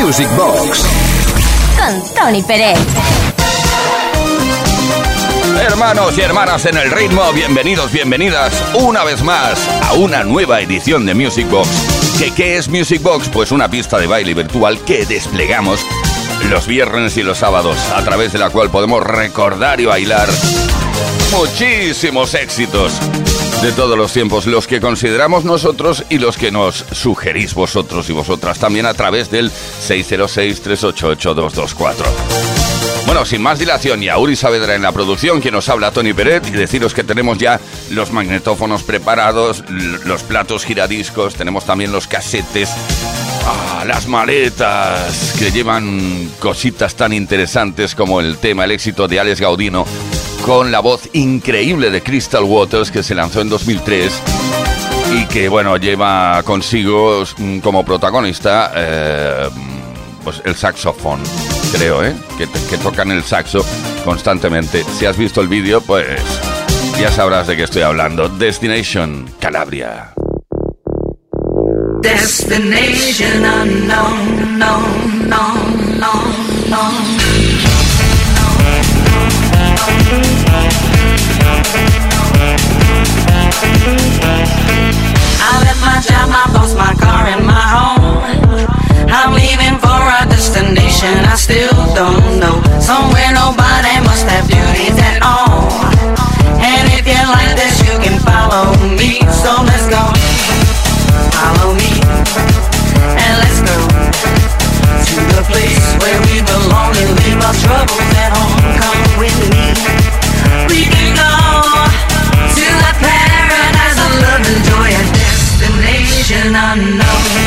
Music Box con Tony Pérez. Hermanos y hermanas en el ritmo, bienvenidos, bienvenidas una vez más a una nueva edición de Music Box. ¿Qué es Music Box? Pues una pista de baile virtual que desplegamos los viernes y los sábados, a través de la cual podemos recordar y bailar muchísimos éxitos de todos los tiempos, los que consideramos nosotros y los que nos sugerís vosotros y vosotras también a través del 606-388-224. Bueno, sin más dilación, y a Uri Saavedra en la producción, quien nos habla, Tony Pérez, y deciros que tenemos ya los magnetófonos preparados, los platos giradiscos, tenemos también los casetes, las maletas que llevan cositas tan interesantes como el tema, el éxito de Alex Gaudino, con la voz increíble de Crystal Waters, que se lanzó en 2003 y que, bueno, lleva consigo como protagonista pues el saxofón, creo, que tocan el saxo constantemente. Si has visto el vídeo, pues ya sabrás de qué estoy hablando. Destination Calabria. Destination unknown, no, no, no, no. I left my job, my boss, my car, and my home. I'm leaving for a destination I still don't know. Somewhere nobody must have duties at all. And if you like this, you can follow me. So let's go. Follow me. And let's go to the place where we belong and leave our troubles at home. Come with me. We can go to a paradise of love and joy, a destination unknown.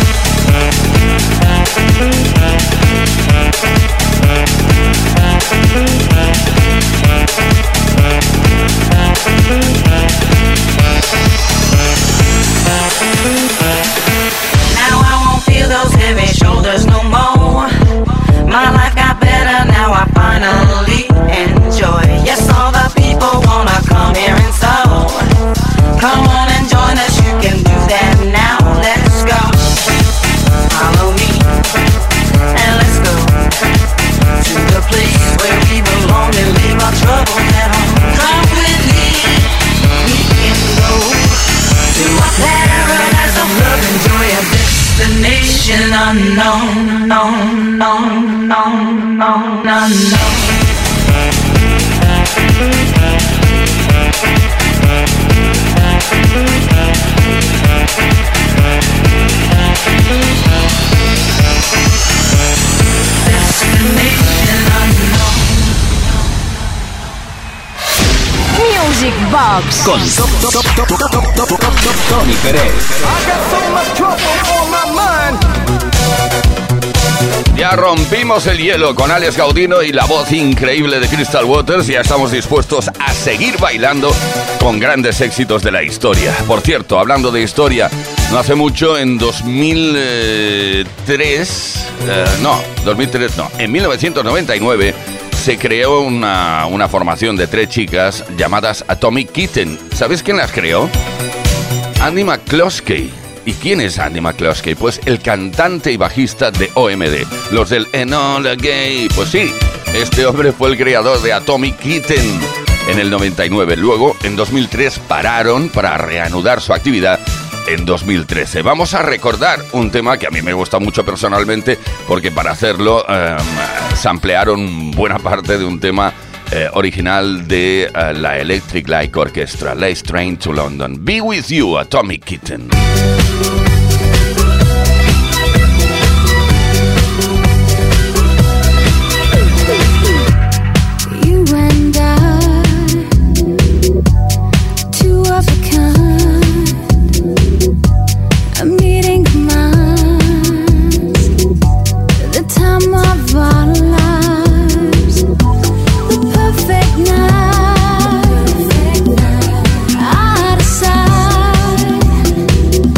Now I won't feel those heavy shoulders no more. My life got better, now I finally enjoy. Yes, all the people wanna come here and so come on and join us, you can do that now. Let's go, follow me, and let's go to the place where we belong and leave our troubles at home. Come with me, we can go to a paradise of love and joy, a destination unknown, known, known, known, known, unknown. Music Box con Tony Pérez. Ya rompimos el hielo con Alex Gaudino y la voz increíble de Crystal Waters. Ya estamos dispuestos a seguir bailando con grandes éxitos de la historia. Por cierto, hablando de historia, no hace mucho, en 2003, en 1999, se creó una formación de 3 chicas llamadas Atomic Kitten. ¿Sabes quién las creó? Andy McCloskey. ¿Y quién es Andy McCloskey? Pues el cantante y bajista de OMD, los del Enola Gay. Pues sí, este hombre fue el creador de Atomic Kitten en el 99. Luego, en 2003, pararon para reanudar su actividad en 2013. Vamos a recordar un tema que a mí me gusta mucho personalmente, porque para hacerlo samplearon buena parte de un tema original de la Electric Light Orchestra, Last Train to London. Be With You, Atomic Kitten. Out of sight.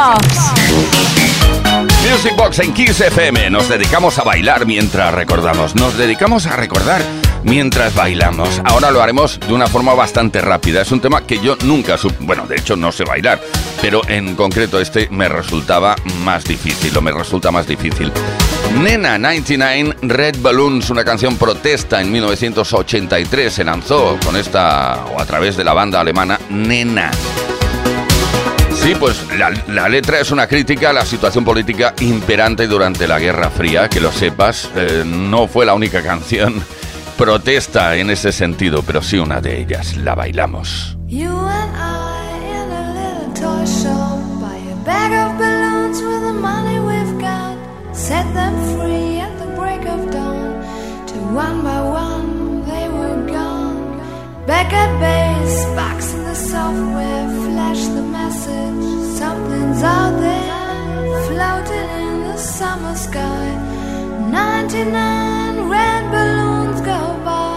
Box. Music Box en Kiss FM. Nos dedicamos a bailar mientras recordamos. Nos dedicamos a recordar mientras bailamos. Ahora lo haremos de una forma bastante rápida. Es un tema que yo nunca bueno, de hecho no sé bailar, pero en concreto este me resultaba más difícil, o me resulta más difícil. Nena 99 Red Balloons, una canción protesta en 1983, se lanzó con esta, o a través de la banda alemana Nena. Sí, pues la letra es una crítica a la situación política imperante durante la Guerra Fría, que lo sepas, no fue la única canción protesta en ese sentido, pero sí una de ellas, la bailamos. You and I in a little toy shop, buy a bag of balloons with the money we've got, set them free at the break of dawn, till one by one they were gone. Back at base, box in the software, flash the message, something's out there, floating in the summer sky. 99 red balloons go by.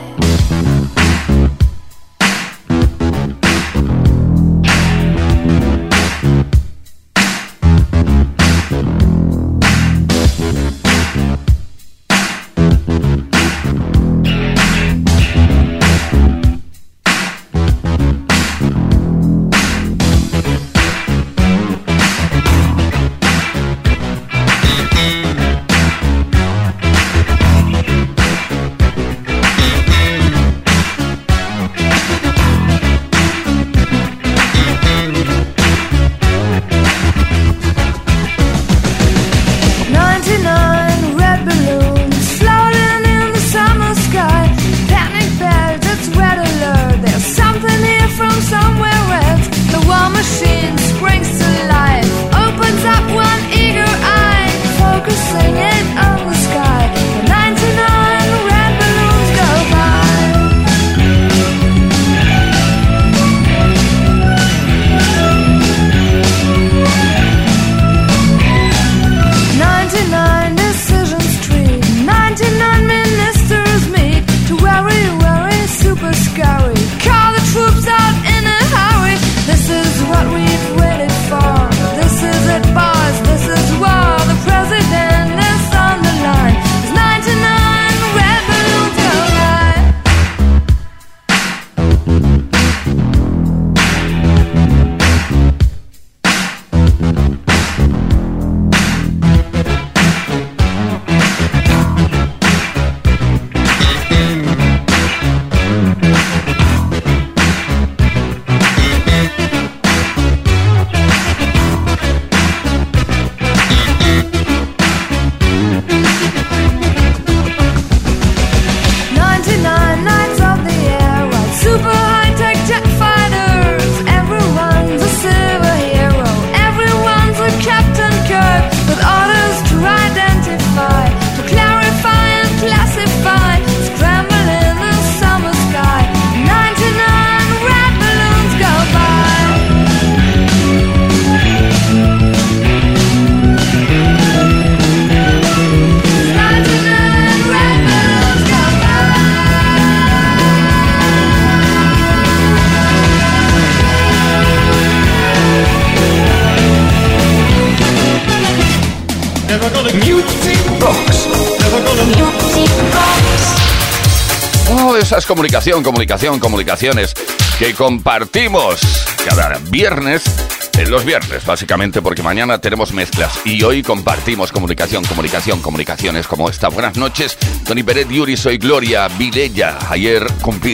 Esas comunicaciones que compartimos cada viernes, los viernes básicamente, porque mañana tenemos mezclas y hoy compartimos comunicaciones como esta. Buenas noches, Tony Peret, Yuri, soy Gloria Vilella. Ayer cumplí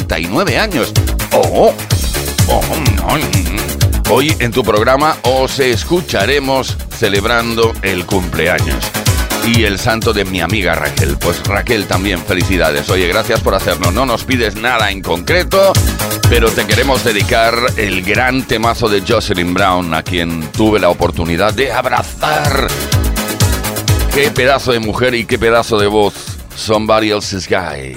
59 años. Hoy en tu programa os escucharemos celebrando el cumpleaños y el santo de mi amiga Raquel. Pues Raquel también, felicidades. Oye, gracias por hacernos. No nos pides nada en concreto, pero te queremos dedicar el gran temazo de Jocelyn Brown, a quien tuve la oportunidad de abrazar. Qué pedazo de mujer y qué pedazo de voz. Somebody Else's Guy.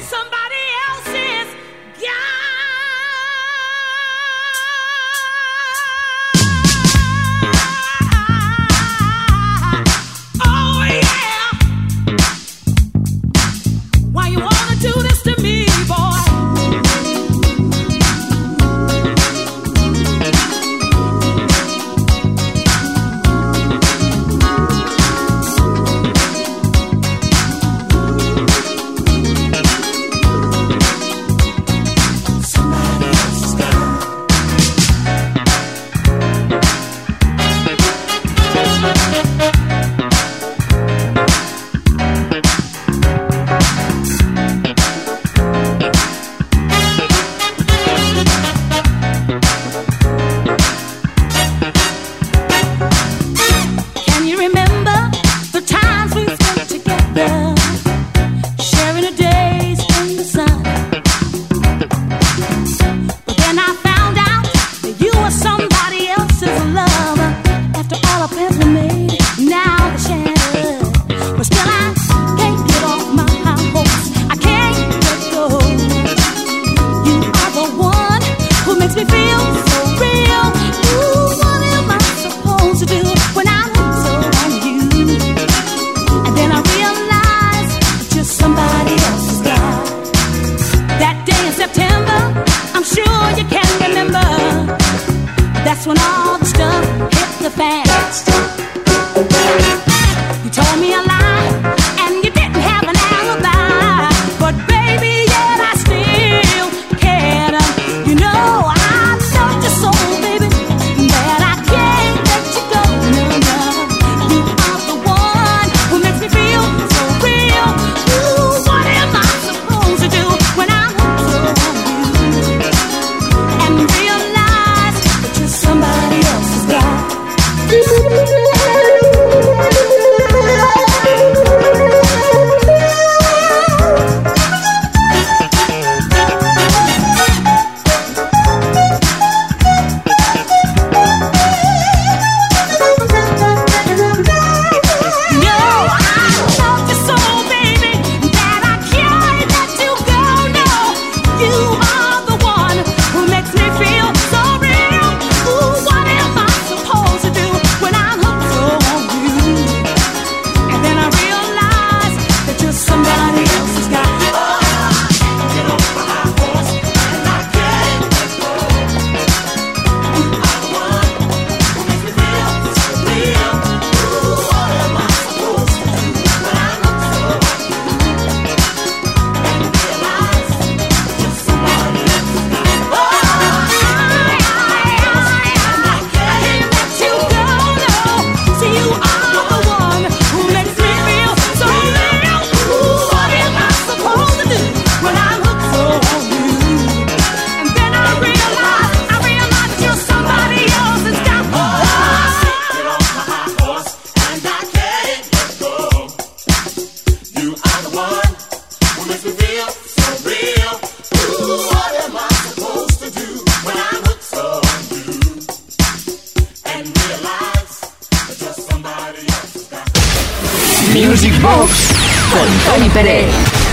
Box con Tony Pérez.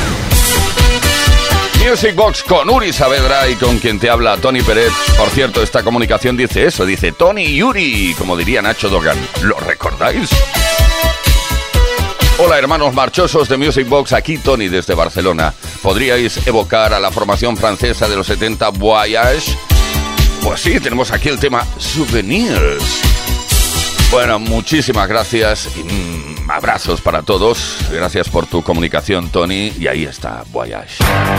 Music Box con Uri Saavedra y con quien te habla Tony Pérez. Por cierto, esta comunicación dice eso, dice Tony y Uri, como diría Nacho Dogan. ¿Lo recordáis? Hola hermanos marchosos de Music Box, aquí Tony desde Barcelona. ¿Podríais evocar a la formación francesa de los 70 Voyage? Pues sí, tenemos aquí el tema Souvenirs. Bueno, muchísimas gracias y abrazos para todos. Gracias por tu comunicación, Tony. Y ahí está, Voyage.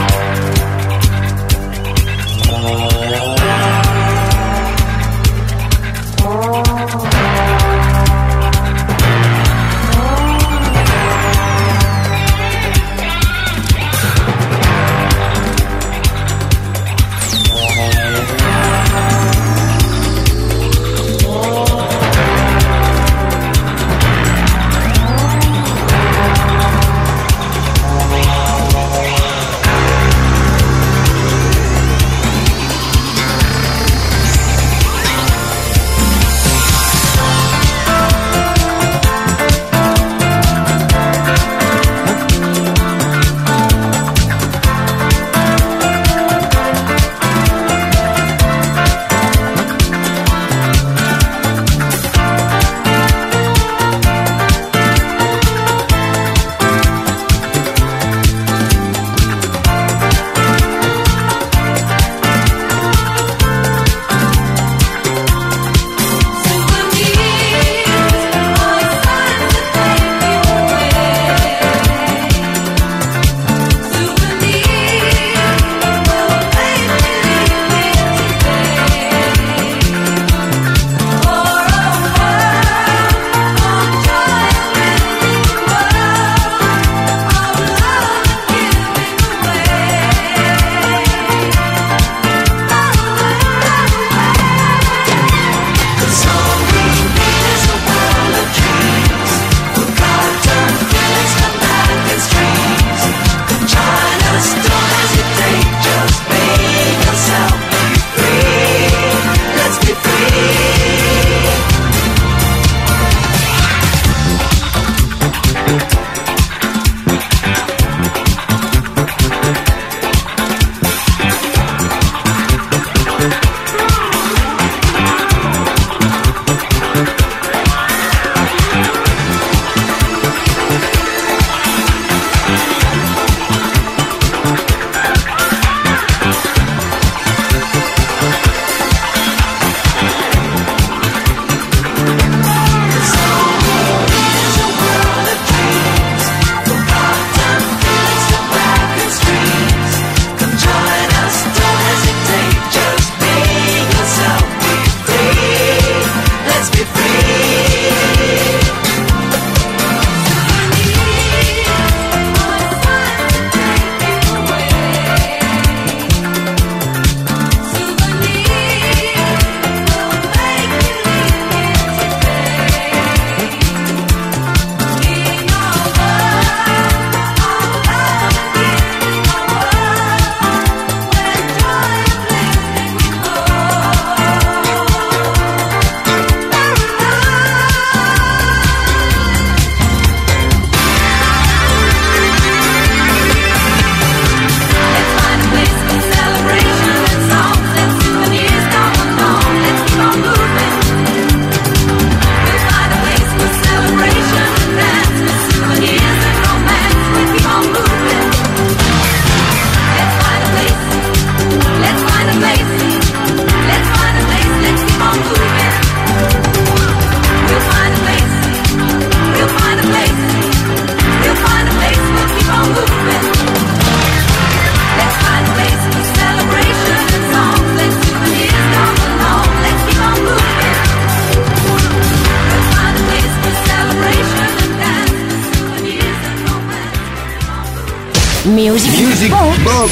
Music Box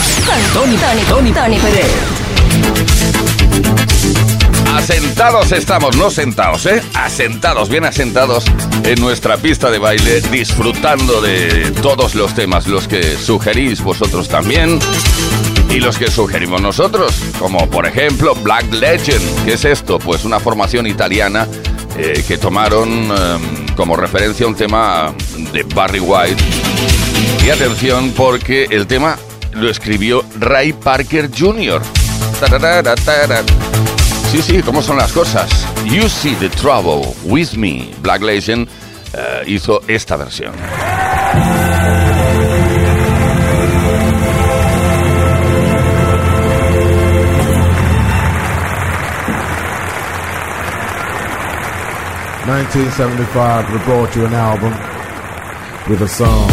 con Tony Pérez. Asentados estamos, no sentados, asentados, bien asentados en nuestra pista de baile, disfrutando de todos los temas, los que sugerís vosotros también y los que sugerimos nosotros, como por ejemplo Black Legend. ¿Qué es esto? Pues una formación italiana que tomaron como referencia a un tema de Barry White. Y atención, porque el tema lo escribió Ray Parker Jr. Sí, ¿cómo son las cosas? You See the Trouble with Me. Black Legend hizo esta versión. In 1975, we brought you an album with a song.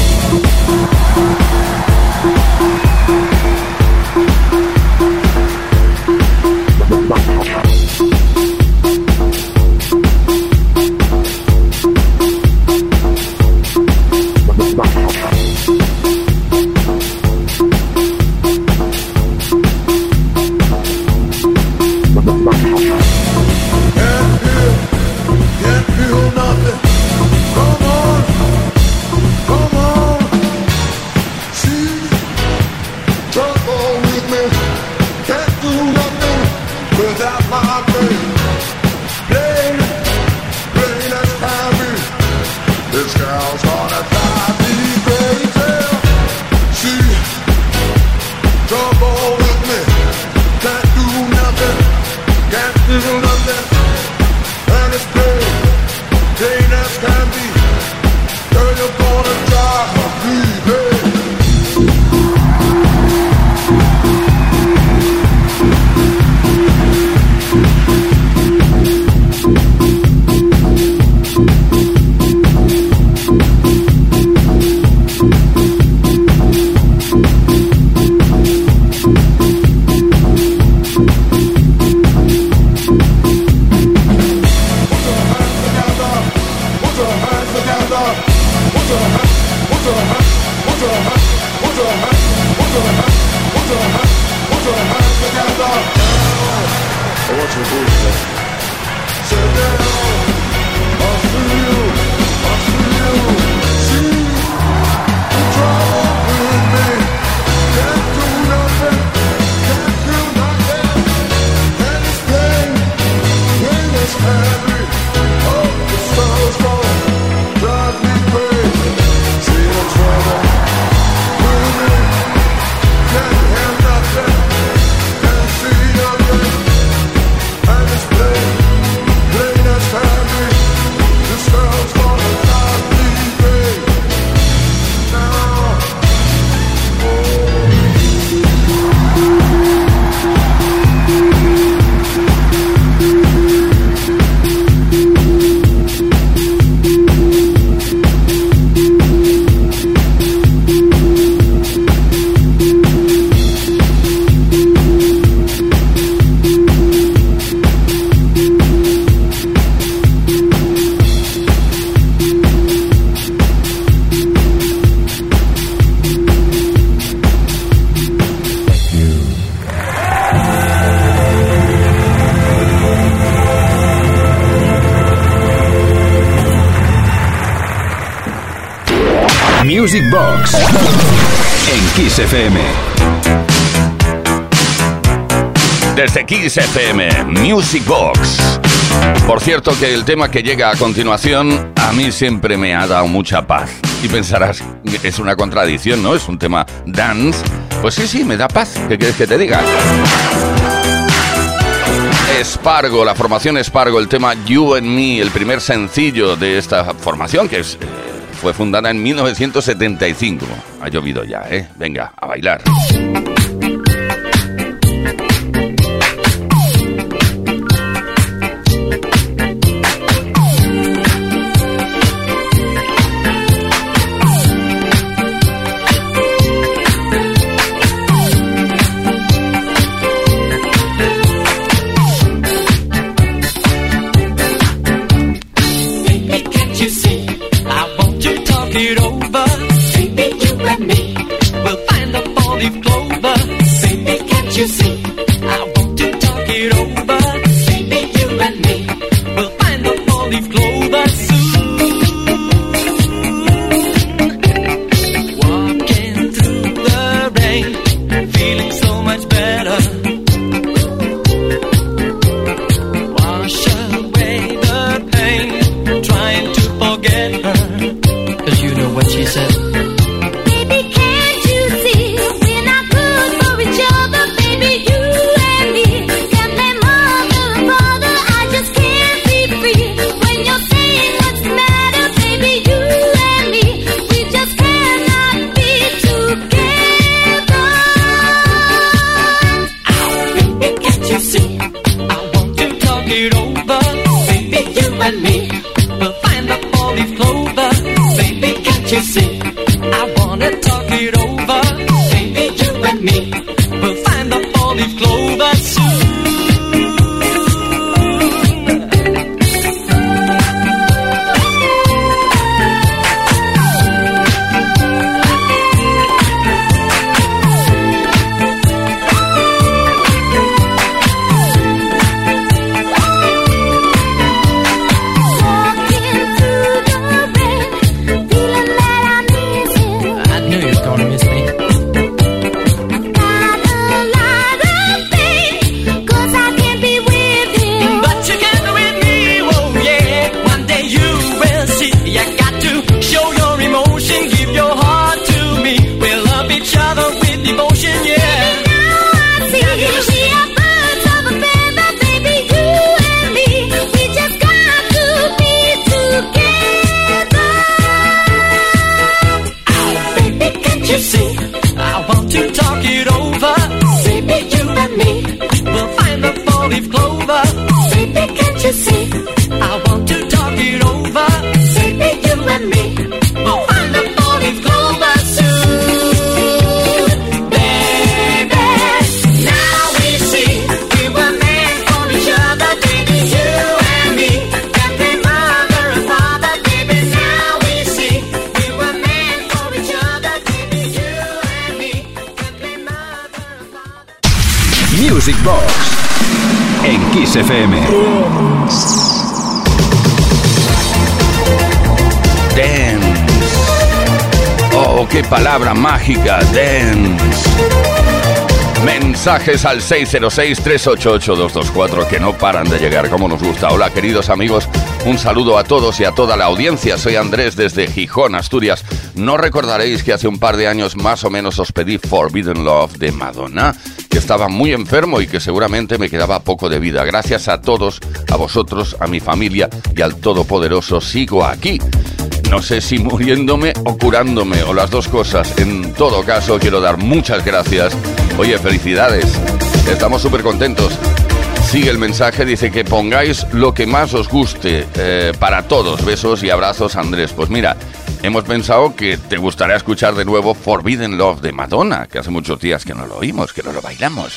Music Box en Kiss FM. Desde Kiss FM, Music Box. Por cierto, que el tema que llega a continuación a mí siempre me ha dado mucha paz. Y pensarás, es una contradicción, ¿no? Es un tema dance. Pues sí, me da paz. ¿Qué quieres que te diga? Espargo, la formación Espargo, el tema You and Me, el primer sencillo de esta formación, que fue fundada en 1975. Ha llovido ya, ¿eh? Venga, a bailar. Forget Music Box en Kiss FM. Dance. Oh, qué palabra mágica, dance. Mensajes al 606-388-224 que no paran de llegar, como nos gusta. Hola, queridos amigos, un saludo a todos y a toda la audiencia. Soy Andrés desde Gijón, Asturias. No recordaréis que hace un par de años más o menos os pedí Forbidden Love de Madonna, que estaba muy enfermo y que seguramente me quedaba poco de vida. Gracias a todos, a vosotros, a mi familia y al Todopoderoso, sigo aquí. No sé si muriéndome o curándome, o las dos cosas. En todo caso, quiero dar muchas gracias. Oye, felicidades. Estamos súper contentos. Sigue el mensaje, dice que pongáis lo que más os guste para todos. Besos y abrazos, Andrés. Pues mira, hemos pensado que te gustaría escuchar de nuevo Forbidden Love de Madonna, que hace muchos días que no lo oímos, que no lo bailamos.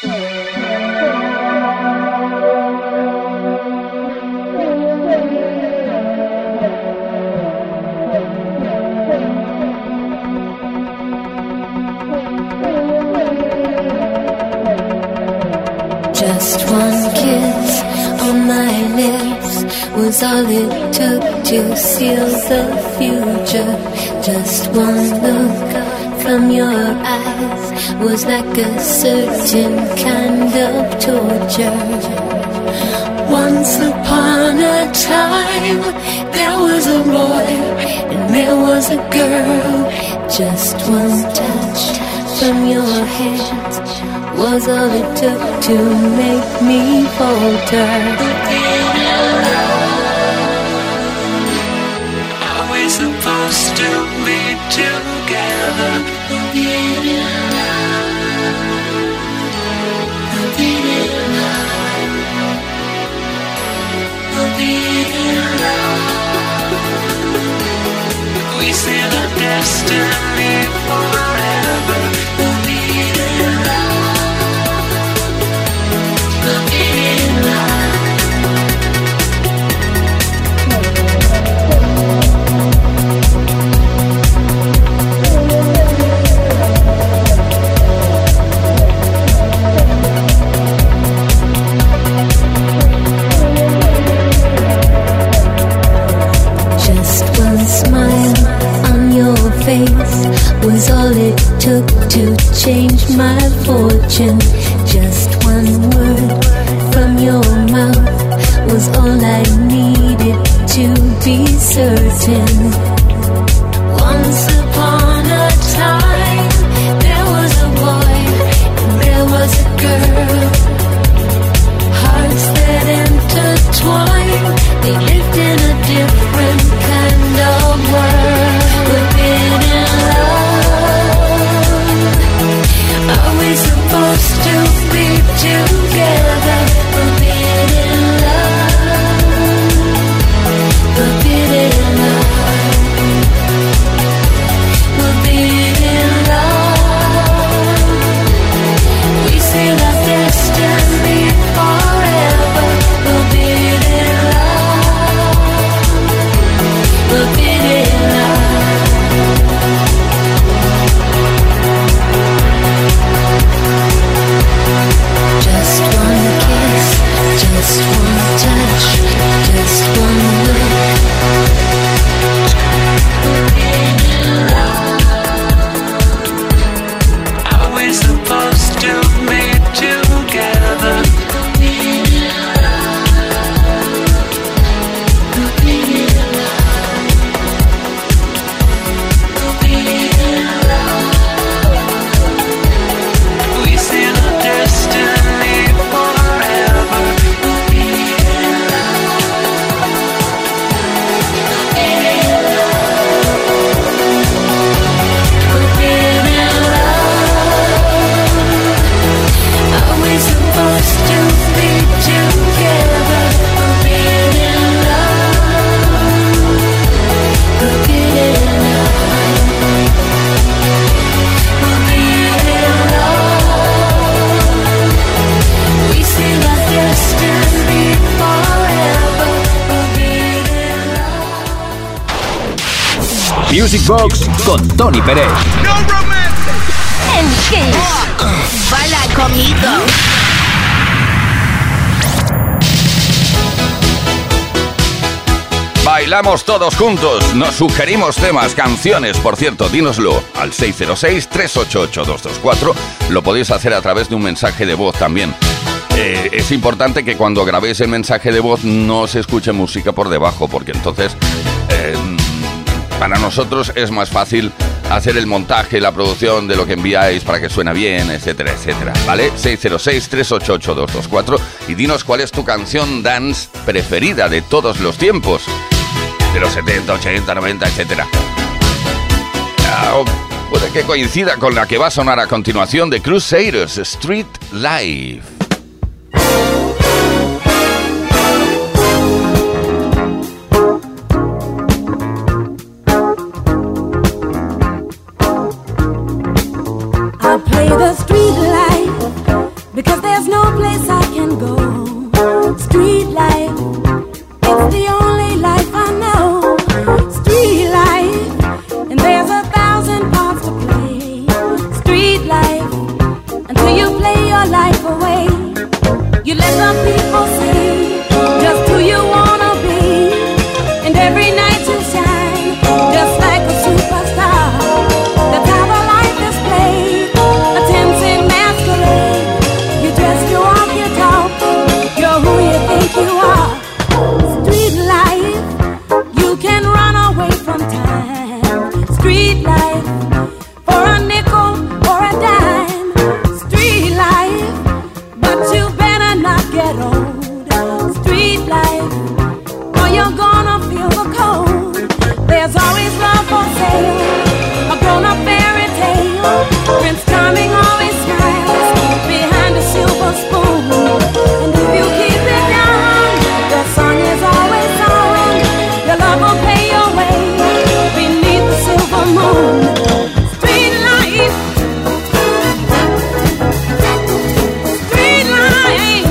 Just one kiss on my lips was all it took to seal the future. Just one look from your eyes was like a certain kind of torture. Once upon a time, there was a boy and there was a girl. Just one touch from your hands was all it took to make me falter. Are we supposed to be together? We see the destiny forever. Was all it took to change my fortune. Just one word from your mouth was all I needed to be certain. Once upon a time, there was a boy and there was a girl. Hearts that intertwine, they lived in a different kind of world. Forbidden love. Are we supposed to be together? Forbidden love. Forbidden love. Forbidden love. We seal our destiny forever. Forbidden love. Forbidden love. Just one kiss, just one touch, just one look. Are we supposed to be together? We see the destiny forever. Are we supposed to be together? Forbidden love. Forbidden love. Forbidden love. We seal our destiny forever. Forbidden love. Music Box con Tony Pérez. En Kiss. Baila Comido. Bailamos todos juntos, nos sugerimos temas, canciones, por cierto, dínoslo al 606-388-224. Lo podéis hacer a través de un mensaje de voz también. Es importante que cuando grabéis el mensaje de voz no se escuche música por debajo, porque entonces para nosotros es más fácil hacer el montaje, la producción de lo que enviáis para que suene bien, etcétera, etcétera, ¿vale? 606-388-224 y dinos cuál es tu canción dance preferida de todos los tiempos, de los 70, 80, 90, etcétera. Puede que coincida con la que va a sonar a continuación de Crusaders, Street Life. I play the street life because there's no place I can go. Street life, it's the only life I know. Street life, and there's 1,000 parts to play. Street life, until you play your life away. You let the people see just who you wanna be, and every night you shine just like a superstar. That's how the life is played, a tempting masquerade. You dress, you walk, you talk, you're who you think you are. Street life, you can run away from time. Street life, for a nickel or a dime. Street life, but you better not get old. Street life, or you're gonna feel the cold. There's always love for sale, a grown-up fairy tale. Prince Charming always smiles behind a silver spoon. And if you keep it down, your song is always on. Your love will pay your way beneath the silver moon. Street life, street life,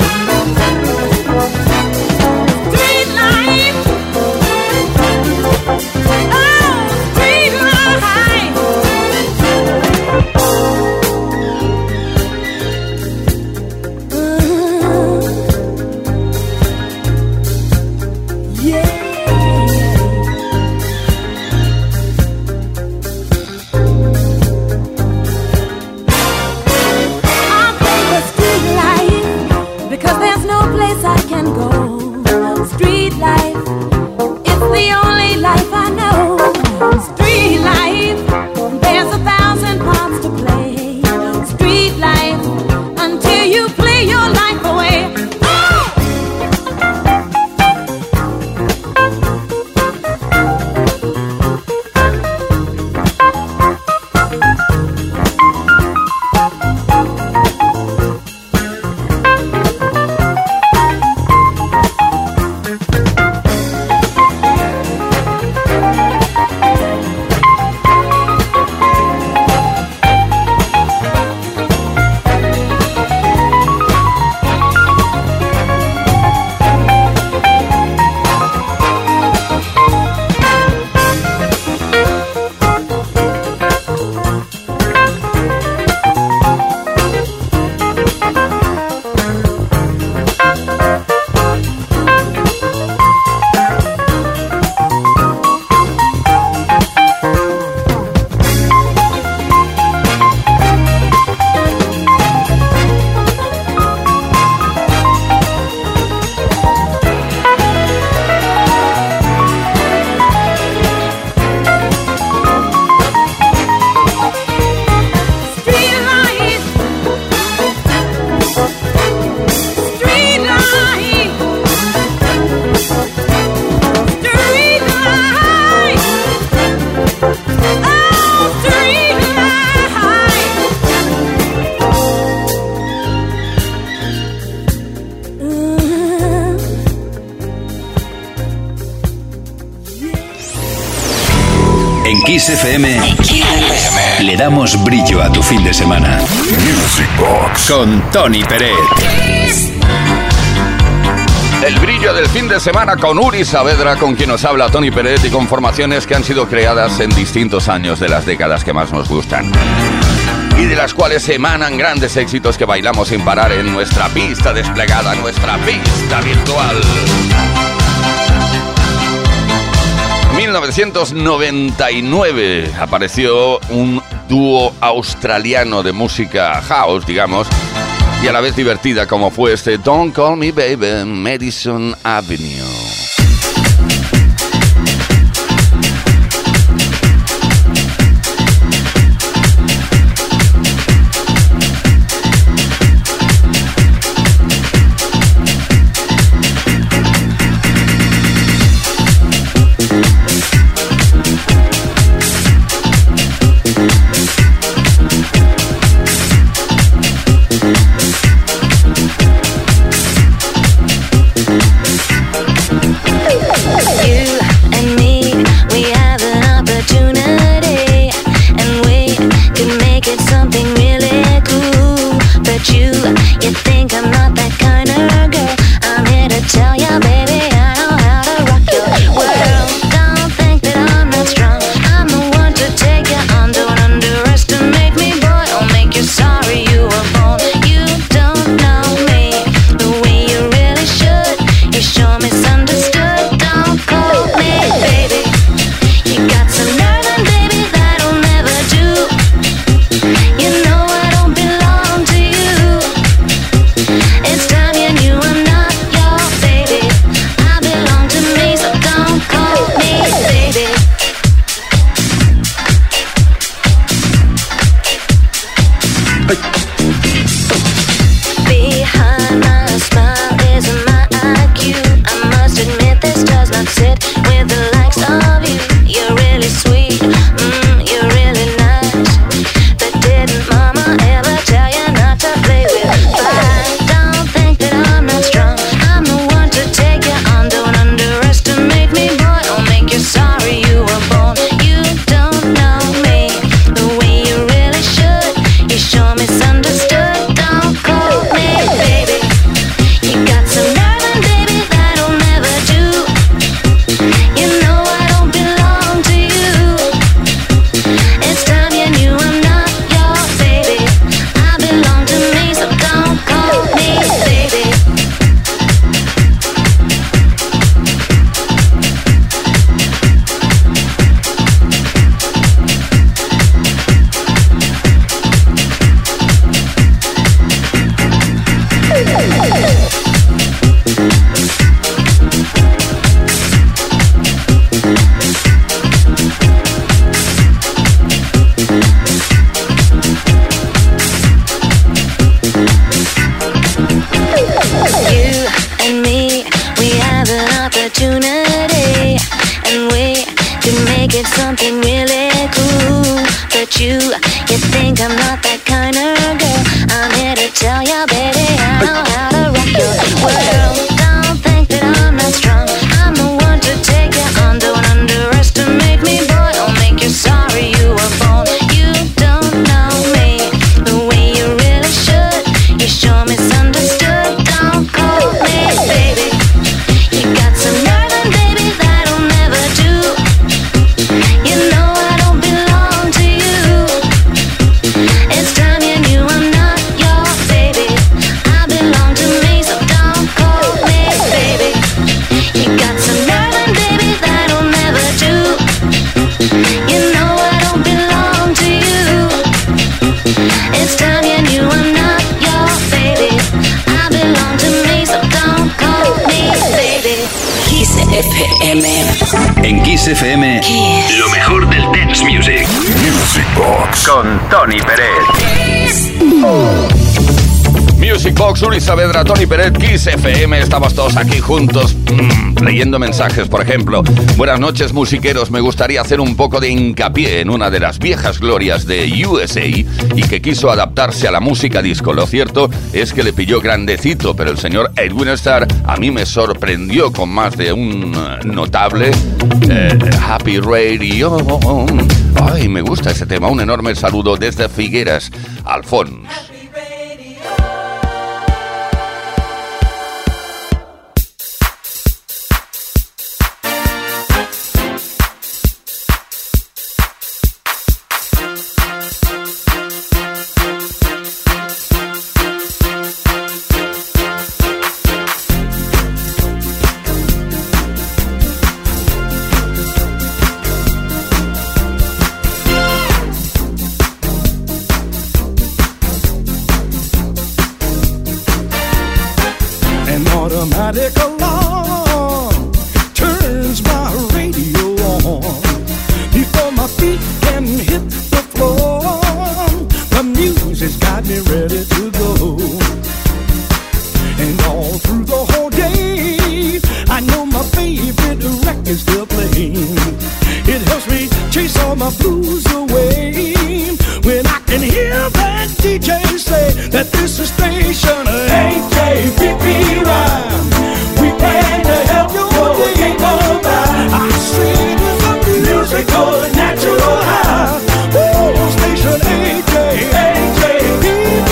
street life. Oh, street life. Yeah. I'll play the street life because there's no place I can go. Street life, it's the only life I know. Street life, there's 1,000 parts to play. Street life, until you play your life away. Street life, street life, street life. Oh, street En Kiss FM le damos brillo a tu fin de semana. Music Box Con Tony Peret. El brillo del fin de semana con Uri Saavedra, con quien nos habla Tony Peret, y con formaciones que han sido creadas en distintos años de las décadas que más nos gustan. y de las cuales emanan grandes éxitos que bailamos sin parar en nuestra pista desplegada, nuestra pista virtual. 1999 apareció un dúo australiano de música house, digamos, y a la vez divertida como fue este Don't Call Me Baby, Madison Avenue. En Kiss FM, Kiss. Lo mejor del dance music. Music Box con Tony Pérez. Music Box, Uri Saavedra, Tony Pérez, Kiss FM. Estamos todos aquí juntos leyendo mensajes, por ejemplo. Buenas noches, musiqueros. Me gustaría hacer un poco de hincapié en una de las viejas glorias de USA y que quiso adaptarse a la música disco. Lo cierto es que le pilló grandecito, pero el señor Edwin Starr a mí me sorprendió con más de un notable Happy Radio. Ay, me gusta ese tema. Un enorme saludo desde Figueras, Alfons. automatic alarm turns my radio on. Before my feet can hit the floor, the music's got me ready to go. And all through the whole day, I know my favorite record's still playing. It helps me chase all my blues away when I can hear that DJ say that this is station AJPPY. We plan to help your day go by. I say it's a musical natural high. Oh, station AJPPY.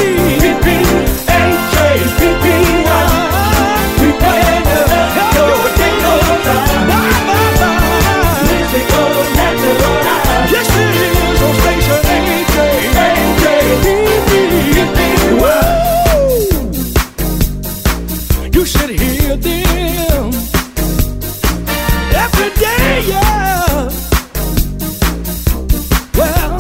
We plan to help your day go by. Musical natural high. Yes, it is on station AJPPY. You should hear them every day, yeah. Well,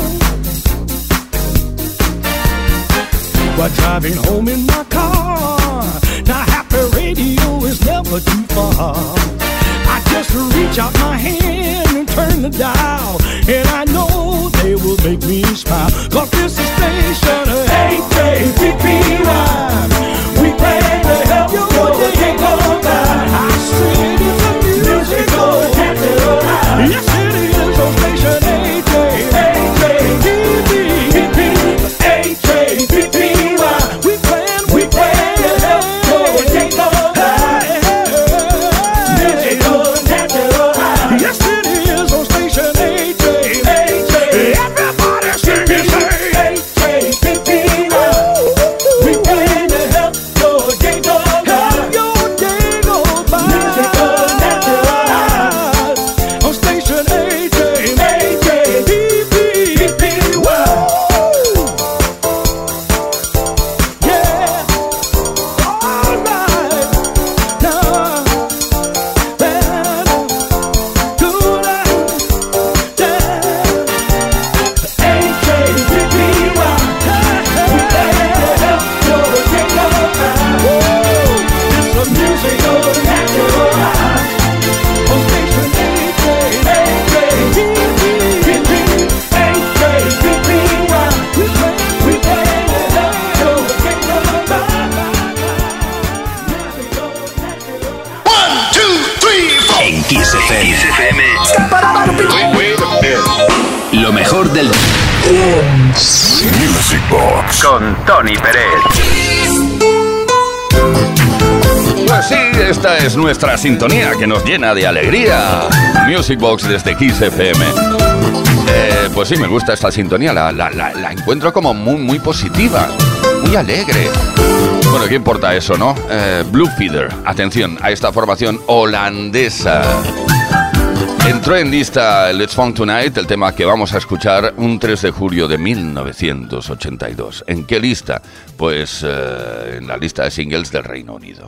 while driving home in my car, now happy radio is never too far. I just reach out my hand and turn the dial, and I know they will make me smile. 'Cause this is station AJPPY. We plan to help your day go by. I said it's a musical natural high. Yes, it is on station AJPPY. We plan to help your day go by. Musical natural high. Yes, it is on station AJPPY. Everybody sing it, say AJPPY. We plan to help your day go by. Your day go by. Musical natural high. On station AJPPY. Yeah. All right. Now, then, do that. AJPPY. We plan to help your day go by. It's a musical natural high. On station AJPPY. We plan to help your day go by. En Kiss FM. Lo mejor del Music Box Con Tony Pérez. Pues sí, esta es nuestra sintonía que nos llena de alegría. Music Box desde Kiss FM. Pues sí, me gusta esta sintonía. La encuentro como muy positiva, muy alegre. Bueno, ¿qué importa eso, no? Blue Feather. Atención a esta formación holandesa. Entró en lista Let's Funk Tonight, el tema que vamos a escuchar, un 3 de julio de 1982. ¿En qué lista? Pues en la lista de singles del Reino Unido.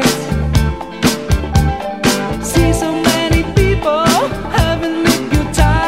See so many people having a good time.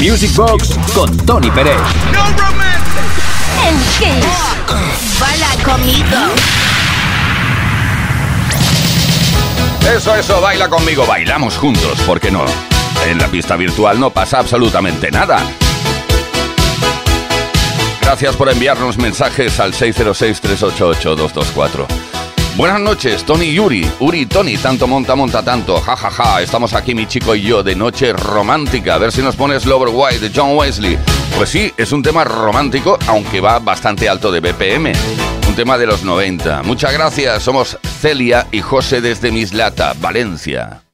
Music Box con Tony Pérez. En Kiss. Baila conmigo. Eso, baila conmigo, bailamos juntos, ¿por qué no? En la pista virtual no pasa absolutamente nada. Gracias por enviarnos mensajes al 606-388-224. Buenas noches, Tony y Yuri. Uri y Tony, tanto monta tanto. Ja, ja, ja. Estamos aquí, mi chico y yo, de noche romántica. A ver si nos pones Lover White de John Wesley. Pues sí, es un tema romántico, aunque va bastante alto de BPM. Un tema de los 90. Muchas gracias. Somos Celia y José desde Mislata, Valencia.